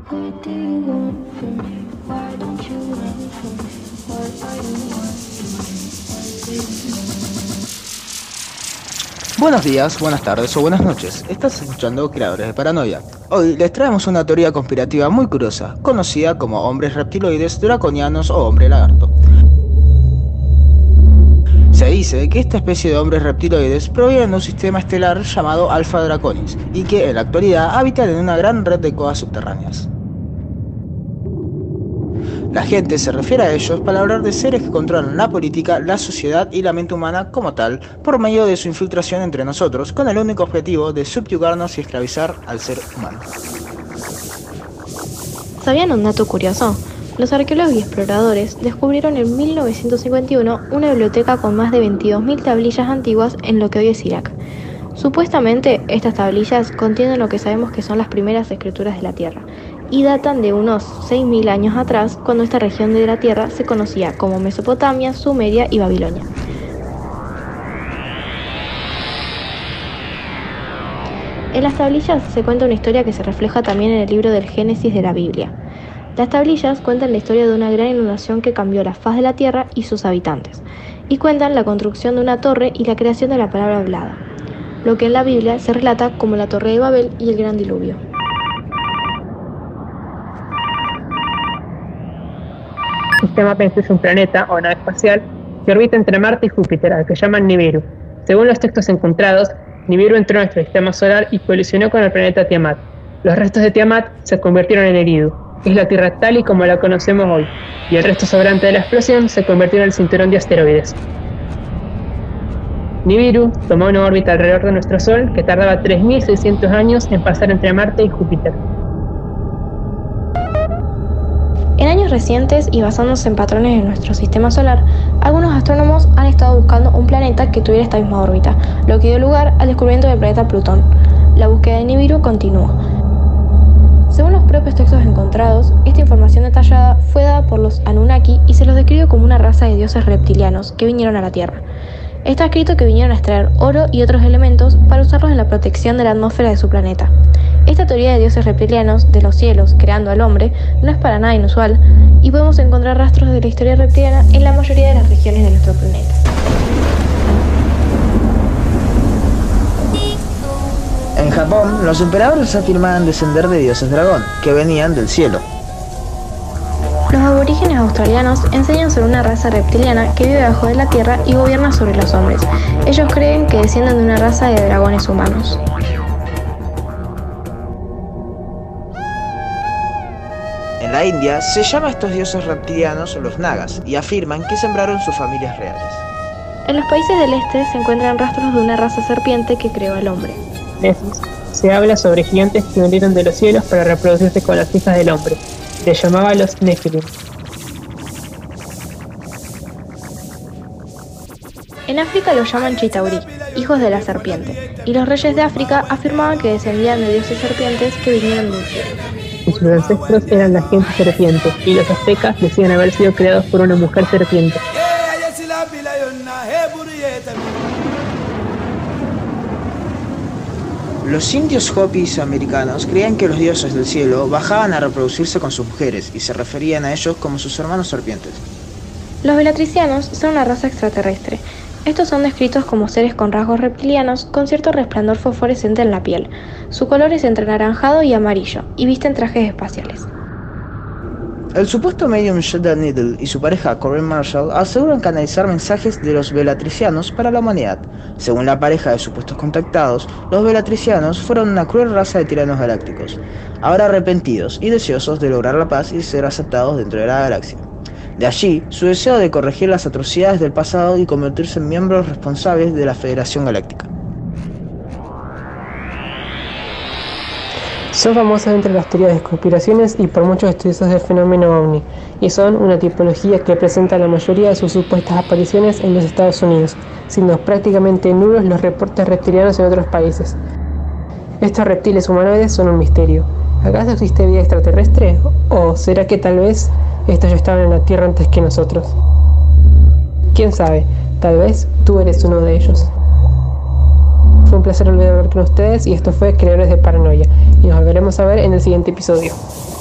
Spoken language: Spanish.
What do you want from me? Why don't you run from me? What are you wanting? Buenos días, buenas tardes o buenas noches. Estás escuchando Creadores de Paranoia. Hoy les traemos una teoría conspirativa muy curiosa, conocida como hombres reptiloides, draconianos o hombre lagarto. Se dice que esta especie de hombres reptiloides provienen de un sistema estelar llamado Alpha Draconis y que en la actualidad habitan en una gran red de cuevas subterráneas. La gente se refiere a ellos para hablar de seres que controlan la política, la sociedad y la mente humana como tal, por medio de su infiltración entre nosotros, con el único objetivo de subyugarnos y esclavizar al ser humano. ¿Sabían un dato curioso? Los arqueólogos y exploradores descubrieron en 1951 una biblioteca con más de 22.000 tablillas antiguas en lo que hoy es Irak. Supuestamente, estas tablillas contienen lo que sabemos que son las primeras escrituras de la Tierra, y datan de unos 6.000 años atrás, cuando esta región de la Tierra se conocía como Mesopotamia, Sumeria y Babilonia. En las tablillas se cuenta una historia que se refleja también en el libro del Génesis de la Biblia. Las tablillas cuentan la historia de una gran inundación que cambió la faz de la Tierra y sus habitantes, y cuentan la construcción de una torre y la creación de la palabra hablada, lo que en la Biblia se relata como la Torre de Babel y el Gran Diluvio. El sistema P es un planeta o nave espacial que orbita entre Marte y Júpiter, al que llaman Nibiru. Según los textos encontrados, Nibiru entró en nuestro sistema solar y colisionó con el planeta Tiamat. Los restos de Tiamat se convirtieron en Eridu, que es la Tierra tal y como la conocemos hoy, y el resto sobrante de la explosión se convirtió en el cinturón de asteroides. Nibiru tomó una órbita alrededor de nuestro Sol que tardaba 3.600 años en pasar entre Marte y Júpiter. En años recientes y basándose en patrones de nuestro sistema solar, algunos astrónomos han estado buscando un planeta que tuviera esta misma órbita, lo que dio lugar al descubrimiento del planeta Plutón. La búsqueda de Nibiru continúa. Según los propios textos encontrados, esta información detallada fue dada por los Anunnaki y se los describe como una raza de dioses reptilianos que vinieron a la Tierra. Está escrito que vinieron a extraer oro y otros elementos para usarlos en la protección de la atmósfera de su planeta. Esta teoría de dioses reptilianos de los cielos creando al hombre no es para nada inusual y podemos encontrar rastros de la historia reptiliana en la mayoría de las regiones de nuestro planeta. En Japón, los emperadores afirmaban descender de dioses dragón, que venían del cielo. Los aborígenes australianos enseñan sobre una raza reptiliana que vive debajo de la tierra y gobierna sobre los hombres. Ellos creen que descienden de una raza de dragones humanos. En la India se llama a estos dioses reptilianos los Nagas y afirman que sembraron sus familias reales. En los países del este se encuentran rastros de una raza serpiente que creó al hombre. Nesis. Se habla sobre gigantes que vinieron de los cielos para reproducirse con las hijas del hombre. Se llamaba los Nephilim. En África los llaman Chitauri, hijos de la serpiente, y los reyes de África afirmaban que descendían de dioses serpientes que vinieron del cielo. Sus ancestros eran la gente serpiente, y los aztecas decían haber sido creados por una mujer serpiente. Los indios Hopis americanos creían que los dioses del cielo bajaban a reproducirse con sus mujeres y se referían a ellos como sus hermanos serpientes. Los velatricianos son una raza extraterrestre. Estos son descritos como seres con rasgos reptilianos con cierto resplandor fosforescente en la piel. Su color es entre anaranjado y amarillo y visten trajes espaciales. El supuesto medium Sheldon Needle y su pareja Corinne Marshall aseguran canalizar mensajes de los velatricianos para la humanidad. Según la pareja de supuestos contactados, los velatricianos fueron una cruel raza de tiranos galácticos, ahora arrepentidos y deseosos de lograr la paz y ser aceptados dentro de la galaxia. De allí, su deseo de corregir las atrocidades del pasado y convertirse en miembros responsables de la Federación Galáctica. Son famosas entre las teorías de conspiraciones y por muchos estudiosos del fenómeno OVNI, y son una tipología que presenta la mayoría de sus supuestas apariciones en los Estados Unidos, siendo prácticamente nulos los reportes reptilianos en otros países. Estos reptiles humanoides son un misterio. ¿Acaso existe vida extraterrestre? ¿O será que tal vez estos ya estaban en la Tierra antes que nosotros? ¿Quién sabe? Tal vez tú eres uno de ellos. Fue un placer volver a hablar con ustedes y esto fue Creadores de Paranoia y nos volveremos a ver en el siguiente episodio.